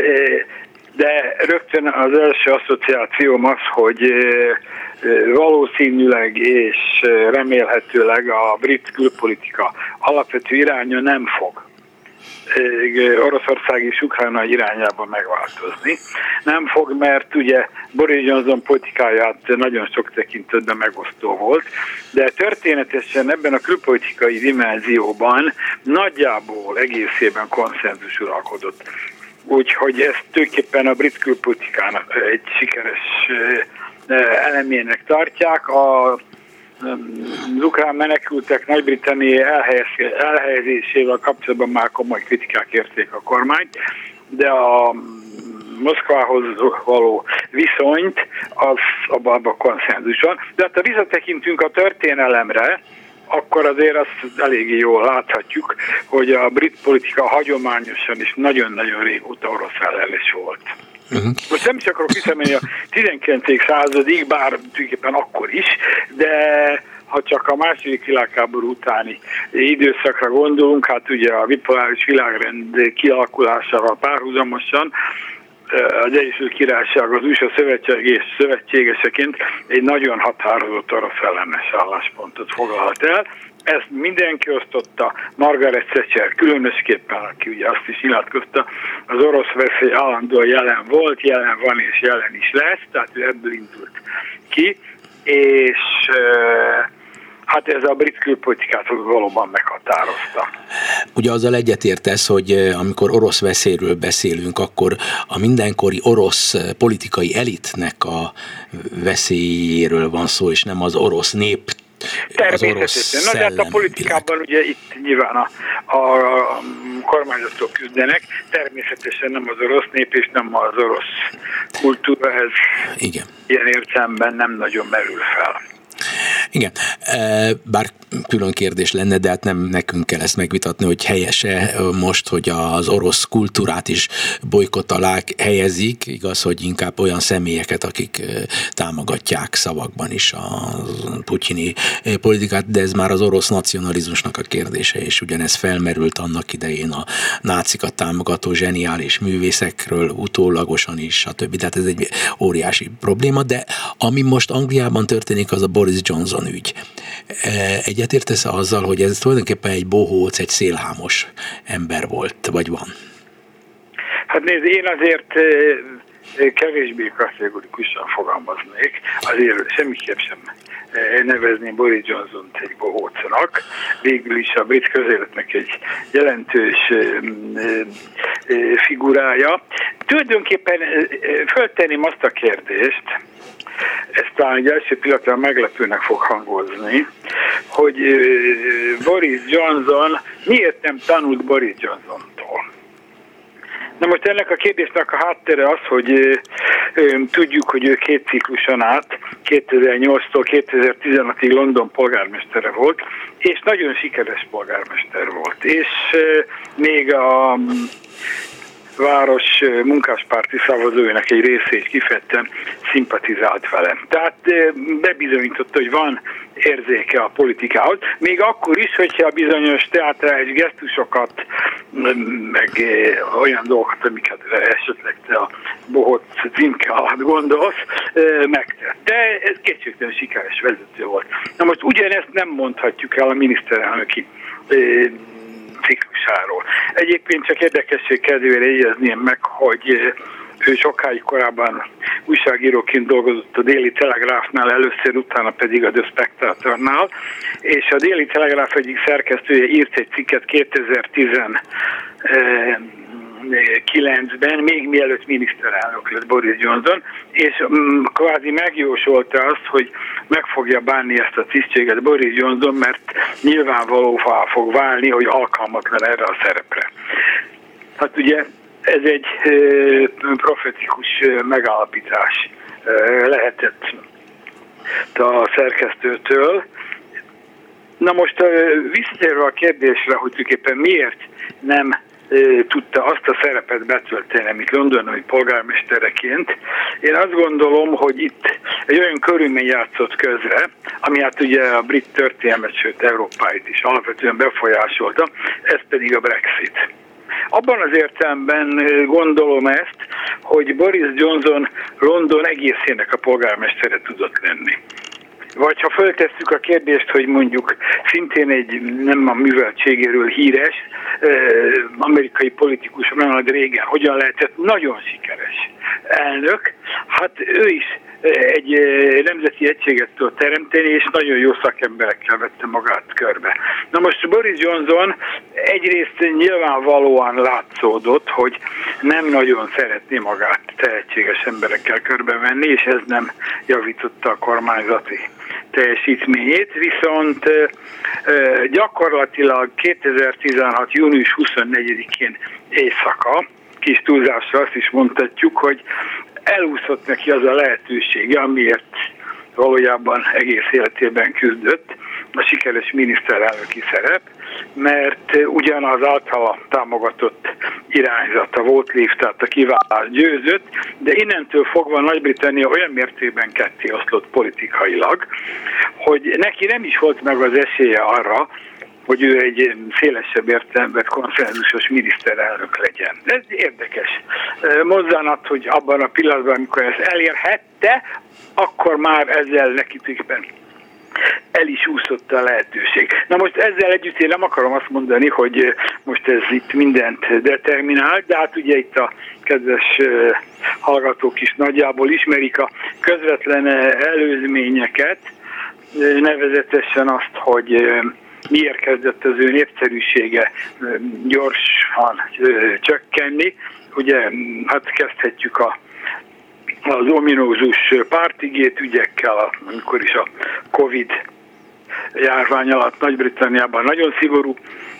de rögtön az első asszociációm az, hogy valószínűleg és remélhetőleg a brit külpolitika alapvető iránya nem fog Oroszország és Ukrajna irányában megváltozni. Nem fog, mert ugye Boris Johnson politikáját nagyon sok tekintetben megosztó volt, de történetesen ebben a külpolitikai dimenzióban nagyjából egészében konszenzus uralkodott. Úgyhogy ezt tulajdonképpen a brit külpolitikának egy sikeres elemének tartják. A Az ukrán menekültek Nagy-Britannia elhelyezésével kapcsolatban már komoly kritikák érték a kormányt, de a Moszkvához való viszonyt az abban a konszenzus van. De hát ha visszatekintünk a történelemre, akkor azért azt eléggé jól láthatjuk, hogy a brit politika hagyományosan is nagyon-nagyon régóta orosz ellenes volt. Uh-huh. Most nem is akarok visszamenni a tizenkilencedik századig, bár tulajdonképpen akkor is, de ha csak a második világháború utáni időszakra gondolunk, hát ugye a bipoláris világrend kialakulásával párhuzamosan az Egyesült Királyság az u es á szövetség és szövetségeseként egy nagyon határozott orosz ellenes álláspontot foglalt el. Ezt mindenki osztotta, Margaret Thatcher különösképpen, aki ugye azt is nyilatkozta, az orosz veszély állandóan jelen volt, jelen van és jelen is lesz, tehát ő ebből indult ki, és hát ez a brit külpolitikát valóban meghatározta. Ugye azzal egyetértesz, hogy amikor orosz veszélyről beszélünk, akkor a mindenkori orosz politikai elitnek a veszélyéről van szó, és nem az orosz nép. Természetesen. Na, de hát a politikában ugye itt nyilván a, a, a kormányzatok küzdenek, természetesen nem az orosz nép és nem az orosz kultúra, ez igen. Ilyen értelemben nem nagyon merül fel. Igen, bár külön kérdés lenne, de hát nem nekünk kell ezt megvitatni, hogy helyese most, hogy az orosz kultúrát is bolykott alá helyezik, igaz, hogy inkább olyan személyeket, akik támogatják szavakban is a putyini politikát, de ez már az orosz nacionalizmusnak a kérdése, és ugyanez felmerült annak idején a nácikat támogató zseniális művészekről, utólagosan is, stb. Tehát ez egy óriási probléma, de ami most Angliában történik, az a Boris Johnson ügy. Egyetértesz azzal, hogy ez tulajdonképpen egy bohóc, egy szélhámos ember volt, vagy van? Hát nézd, én azért kevésbé kategorikusan fogalmaznék, azért semmiképp sem nevezni Boris Johnsont egy bohócnak. Végül is a brit közéletnek egy jelentős figurája. Tulajdonképpen föltenném azt a kérdést, ez talán egy első pillanatra meglepőnek fog hangozni, hogy Boris Johnson miért nem tanult Boris Johnsontól. Na most ennek a kérdésnek a háttere az, hogy ö, ö, tudjuk, hogy ő két cikluson át, kétezer-nyolctól kétezer-tizenhatig London polgármestere volt, és nagyon sikeres polgármester volt. És ö, még a város munkáspárti szavazóinak egy része is kifejezetten szimpatizált vele. Tehát bebizonyította, hogy van érzéke a politikához, még akkor is, hogyha bizonyos teátrális gesztusokat, meg olyan dolgokat, amiket esetleg te a bohóc címke alatt gondolsz, megtett. De ez kétségtelen sikeres vezető volt. Na most ugyanezt nem mondhatjuk el a miniszterelnöki ciklusáról. Egyébként csak érdekesség kedvére jegyezném meg, hogy ő sokáig korábban újságíróként dolgozott a Daily Telegraphnál, először, utána pedig a The Spectatornál, és a Daily Telegraph egyik szerkesztője írt egy cikket kétezer-tizenkilencben, még mielőtt miniszterelnök lett Boris Johnson, és mm, kvázi megjósolta azt, hogy meg fogja bánni ezt a tisztséget Boris Johnson, mert nyilvánvalóvá fog válni, hogy alkalmatlan erre a szerepre. Hát ugye ez egy profetikus megállapítás lehetett a szerkesztőtől. Na most visszatérve a kérdésre, hogy tulajdonképpen miért nem tudta azt a szerepet betölteni, amit londoni polgármestereként. Én azt gondolom, hogy itt egy olyan körülmény játszott közre, ami hát ugye a brit történelmet, sőt Európáit is alapvetően befolyásolta, ez pedig a Brexit. Abban az értelemben gondolom ezt, hogy Boris Johnson London egészének a polgármestere tudott lenni. Vagy ha föltesszük a kérdést, hogy mondjuk szintén egy nem a műveltségéről híres eh, amerikai politikus Ronald Reagan hogyan lehetett nagyon sikeres elnök, hát ő is egy nemzeti egységet tud teremteni, és nagyon jó szakemberekkel vette magát körbe. Na most Boris Johnson egyrészt nyilvánvalóan látszódott, hogy nem nagyon szeretné magát tehetséges emberekkel körbevenni, és ez nem javította a kormányzati teljesítményét, viszont gyakorlatilag kétezer-tizenhat. június huszonnegyedikén éjszaka, kis túlzásra azt is mondhatjuk, hogy elúszott neki az a lehetősége, amiért valójában egész életében küzdött, a sikeres miniszterelnöki szerep, mert ugyanaz általa támogatott irányzata volt, Leave, tehát a kiválás győzött, de innentől fogva Nagy-Britannia olyan mértékben ketté oszlott politikailag, hogy neki nem is volt meg az esélye arra, hogy ő egy szélesebb értelemben konszenzusos miniszterelnök legyen. Ez érdekes mozzanat, hogy abban a pillanatban, amikor ezt elérhette, akkor már ezzel neki tükben el is úszott a lehetőség. Na most ezzel együtt én nem akarom azt mondani, hogy most ez itt mindent determinál, de hát ugye itt a kedves hallgatók is nagyjából ismerik a közvetlen előzményeket, nevezetesen azt, hogy miért kezdett az ő népszerűsége gyorsan csökkenni. Ugye, hát kezdhetjük a, az ominózus pártigét ügyekkel, amikor is a Covid járvány alatt Nagy-Britanniában nagyon szigorú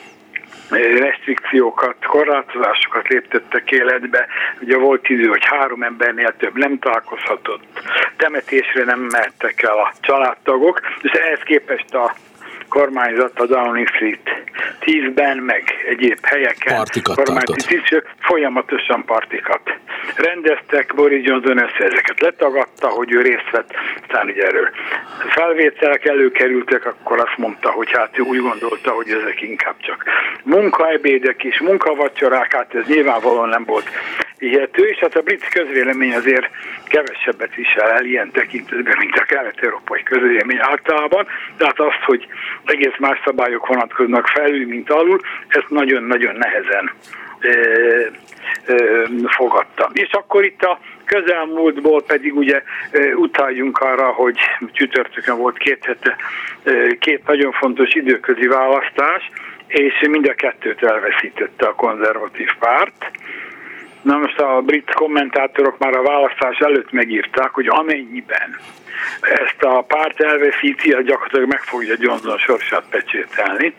restrikciókat, korlátozásokat léptettek életbe. Ugye volt idő, hogy három embernél több nem találkozhatott, temetésre nem mehettek el a családtagok, és ehhez képest a kormányzat a Downing Street tízben, meg egyéb helyeken kormányzati tisztviselők folyamatosan partikat rendeztek. Boris Johnson ezt ezeket letagadta, hogy ő részt vett, aztán ugye erről felvételek előkerültek, akkor azt mondta, hogy hát ő úgy gondolta, hogy ezek inkább csak munkaebédek és munkavacsorák, hát ez nyilvánvalóan nem volt ilyető, és hát a brit közvélemény azért kevesebbet visel el ilyen tekintetben, mint a kelet-európai közvélemény általában, tehát azt, hogy egész más szabályok vonatkoznak felül, mint alul, ezt nagyon-nagyon nehezen e, e, fogadta. És akkor itt a közelmúltból pedig ugye e, utaljunk arra, hogy csütörtökön volt két hete e, két nagyon fontos időközi választás, és mind a kettőt elveszítette a konzervatív párt. Na most a brit kommentátorok már a választás előtt megírták, hogy amennyiben ezt a párt elveszíti, az gyakorlatilag meg fogja Johnson sorsát pecsételni.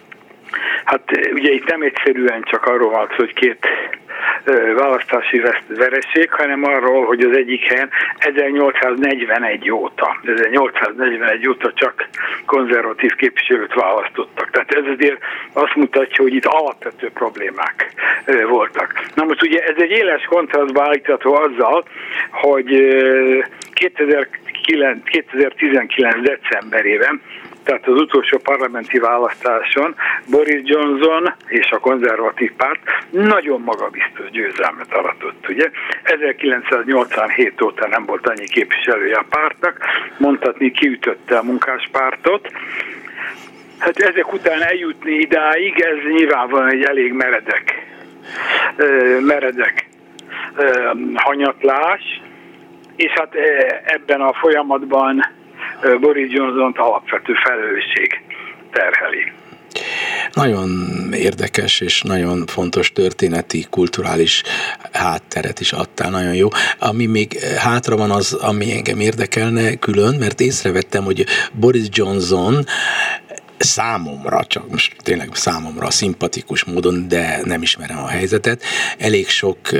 Hát ugye itt nem egyszerűen csak arról van szó, hogy két választási vereség, hanem arról, hogy az egyik helyen ezernyolcszáznegyvenegy óta, ezernyolcszáznegyvenegy óta csak konzervatív képviselőt választottak. Tehát ez azért azt mutatja, hogy itt alapvető problémák voltak. Na most ugye ez egy éles kontrasztba állítható azzal, hogy kétezer-tizenkilenc decemberében, tehát az utolsó parlamenti választáson Boris Johnson és a konzervatív párt nagyon magabiztos győzelmet aratott. Ugye? ezerkilencszáznyolcvanhét óta nem volt annyi képviselője a pártnak, mondhatni kiütötte a munkáspártot. Hát ezek után eljutni idáig, ez nyilvánvalóan egy elég meredek, meredek hanyatlás, és hát ebben a folyamatban Boris Johnsont alapvető felelősség terheli. Nagyon érdekes és nagyon fontos történeti, kulturális hátteret is adtál, nagyon jó. Ami még hátra van az, ami engem érdekelne külön, mert észrevettem, hogy Boris Johnson számomra, csak most tényleg számomra szimpatikus módon, de nem ismerem a helyzetet, elég sok uh,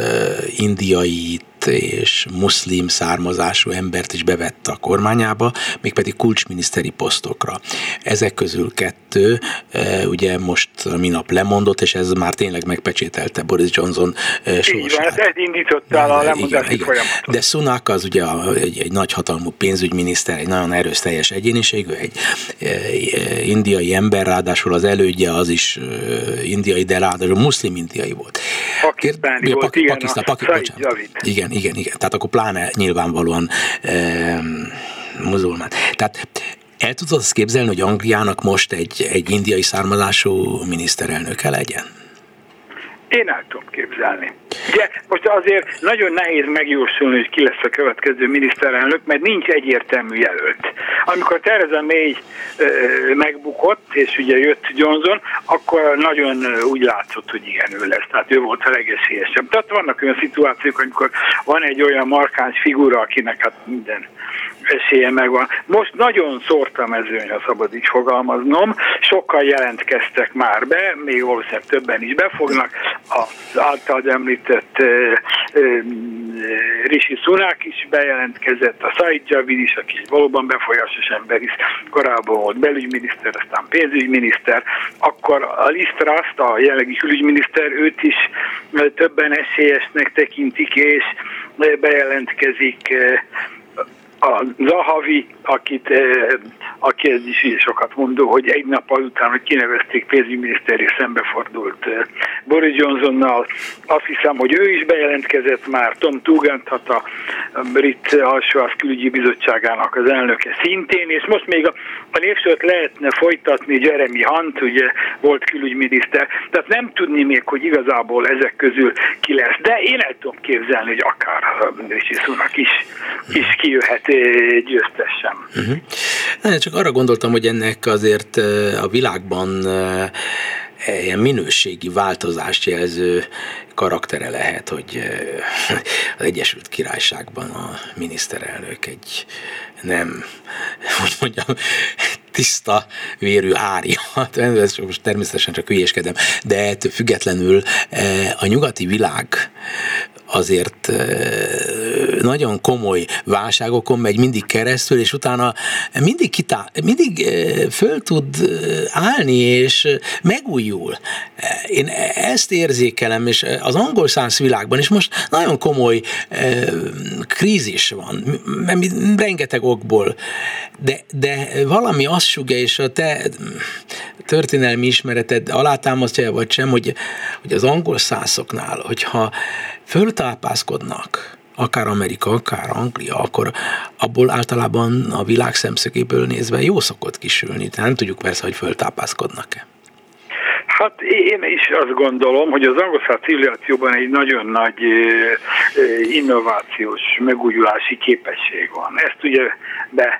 indiait és muszlim származású embert is bevett a kormányába, mégpedig kulcsminiszteri posztokra. Ezek közül kettő uh, ugye most minap lemondott, és ez már tényleg megpecsételte Boris Johnson uh, sorsát. Ez indította el a lemondási folyamatot. De Sunak az ugye egy, egy nagyhatalmú pénzügyminiszter, egy nagyon erőteljes egyéniség, ő egy uh, indiai ember, ráadásul az elődje az is uh, indiai, de ráadásul muszlim indiai volt. Pakisztáni volt, Paki, igen, Pakisztán, Paki, igen, igen, igen. Tehát akkor pláne nyilvánvalóan e, muzulmán. Tehát el tudod azt képzelni, hogy Angliának most egy, egy indiai származású miniszterelnöke legyen? Én el tudom képzelni. Ugye most azért nagyon nehéz megjósolni, hogy ki lesz a következő miniszterelnök, mert nincs egyértelmű jelölt. Amikor Theresa May ö, megbukott, és ugye jött Johnson, akkor nagyon úgy látszott, hogy igen, ő lesz. Tehát ő volt a legesélyesebb. Tehát vannak olyan szituációk, amikor van egy olyan markáns figura, akinek hát minden esélye megvan. Most nagyon szórt a mezőny, ha szabad így fogalmaznom. Sokkal jelentkeztek már be, még valószínűleg többen is befognak. Az általad említett uh, uh, Rishi Sunak is bejelentkezett, a Said Javid is, aki valóban befolyásos ember is, korábban volt belügyminiszter, aztán pénzügyminiszter. Akkor a Liz Truss, a jelenlegi külügyminiszter, őt is többen esélyesnek tekintik, és bejelentkezik a Zahavi, akit, aki ez is sokat mondó, hogy egy nap azután, hogy kinevezték pénzügyminiszteré, szembefordult Boris Johnsonnal. Azt hiszem, hogy ő is bejelentkezett már, Tom Tugent, hát a brit alsóház külügyi bizottságának az elnöke szintén, és most még a, a névsort lehetne folytatni, Jeremy Hunt, ugye volt külügyminiszter, tehát nem tudni még, hogy igazából ezek közül ki lesz, de én el tudom képzelni, hogy akár Rishi Sunak is, is kijöhet győztessem. Uh-huh. Csak arra gondoltam, hogy ennek azért a világban ilyen minőségi változást jelző karaktere lehet, hogy az Egyesült Királyságban a miniszterelnök egy nem, hogy mondjam, tiszta vérű árja. Ez most természetesen csak hülyéskedem, de ettől függetlenül a nyugati világ azért nagyon komoly válságokon megy mindig keresztül, és utána mindig, kitá- mindig föl tud állni, és megújul. Én ezt érzékelem, és az angol száz világban is most nagyon komoly krízis van, rengeteg okból, de, de valami azt sugja, és a te történelmi ismereted alátámasztja, vagy sem, hogy, hogy az angol szászoknál, hogyha föltápászkodnak, akár Amerika, akár Anglia, akkor abból általában a világ szemszögéből nézve jó szokott kisülni. Tehát nem tudjuk persze, hogy föltápászkodnak-e. Hát én is azt gondolom, hogy az angol-szász civilizációban egy nagyon nagy innovációs, megújulási képesség van. Ezt ugye be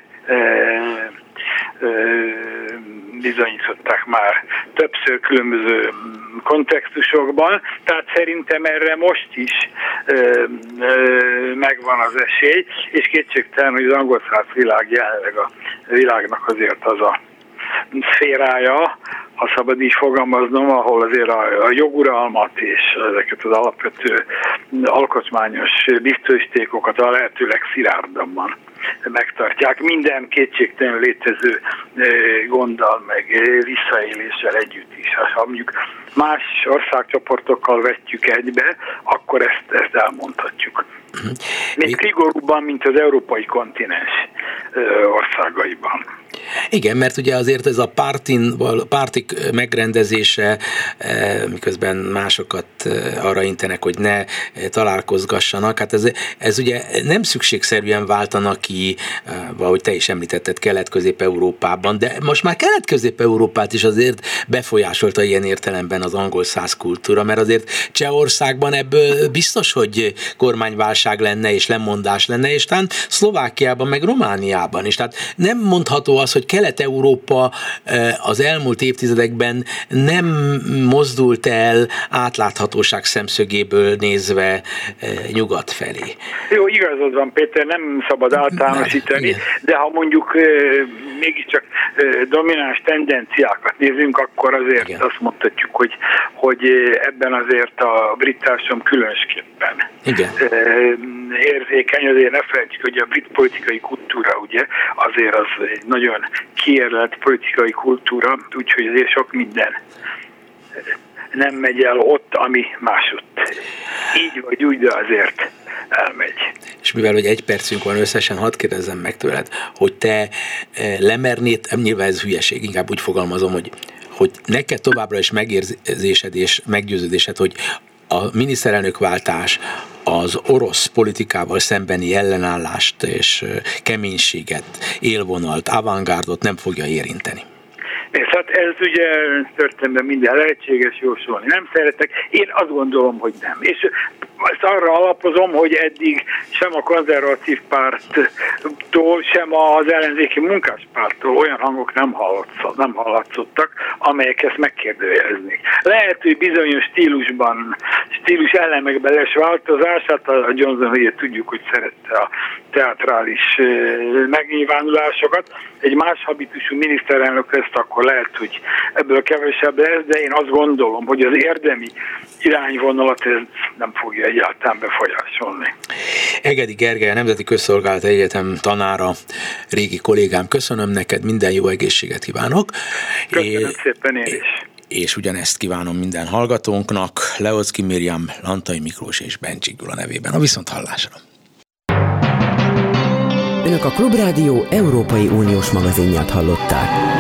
bizonyították már többször különböző kontextusokban, tehát szerintem erre most is ö, ö, megvan az esély, és kétségtelen, hogy az angol-szász világ jelenleg a világnak azért az a szférája, ha szabad így fogalmaznom, ahol azért a, a joguralmat és ezeket az alapvető alkotmányos biztosítékokat a lehető legszilárdabban megtartják. Minden kétségtelenül létező gonddal, meg visszaéléssel együtt is. Ha mondjuk más országcsoportokkal vetjük egybe, akkor ezt, ezt elmondhatjuk. Még szigorúbban, mint az európai kontinens országaiban. Igen, mert ugye azért ez a pártin, pártik megrendezése, miközben másokat arra intenek, hogy ne találkozgassanak, hát ez, ez ugye nem szükségszerűen váltanak ki, ahogy te is említetted, Kelet-Közép-Európában, de most már Kelet-Közép-Európát is azért befolyásolta ilyen értelemben az angol-szász kultúra, mert azért Csehországban ebből biztos, hogy kormányválság lenne és lemondás lenne, és talán Szlovákiában, meg Romániában is. Tehát nem mondható az, hogy hogy Kelet-Európa az elmúlt évtizedekben nem mozdult el átláthatóság szemszögéből nézve nyugat felé. Jó, igazad van, Péter, nem szabad általánosítani, de ha mondjuk mégiscsak domináns tendenciákat nézünk, akkor azért igen, azt mondhatjuk, hogy, hogy ebben azért a brit társadalom különösképpen igen, érzékeny. Azért ne felejtsük, hogy a brit politikai kultúra ugye azért az egy nagyon kiérlelt politikai kultúra, úgyhogy azért sok minden nem megy el ott, ami másutt. Így vagy úgy, de azért elmegy. És mivel, hogy egy percünk van összesen, hadd kérdezzem meg tőled, hogy te lemernéd, nyilván ez hülyeség, inkább úgy fogalmazom, hogy, hogy neked továbbra is megérzésed és meggyőződésed, hogy a miniszterelnökváltás az orosz politikával szembeni ellenállást és keménységet, élvonalt, avantgárdot nem fogja érinteni. És hát ez ugye történetben minden lehetséges, jósolni nem szeretek. Én azt gondolom, hogy nem. És ezt arra alapozom, hogy eddig sem a konzervatív párttól, sem az ellenzéki munkáspárttól olyan hangok nem, hallatszottak, nem hallatszottak, amelyek ezt megkérdőjeleznék. Lehet, hogy bizonyos stílusban, stílus elemekben lesz változás, hát a Johnson, hogy tudjuk, hogy szerette a teatrális megnyilvánulásokat. Egy más habitusú miniszterelnök lesz, akkor lehet, hogy ebből kevesebb lesz, de én azt gondolom, hogy az érdemi irányvonalat ez nem fogja egyáltalán befolyásolni. Egedi Gergely, a Nemzeti Közszolgálati Egyetem tanára, régi kollégám, köszönöm neked, minden jó egészséget kívánok. Köszönöm é- szépen én is. És ugyanezt kívánom minden hallgatónknak, Leocki Mirjam, Lantai Miklós és Bencsik Gyula nevében. A viszonthallásra. Önök a Klubrádió Európai Uniós magazinját hallották.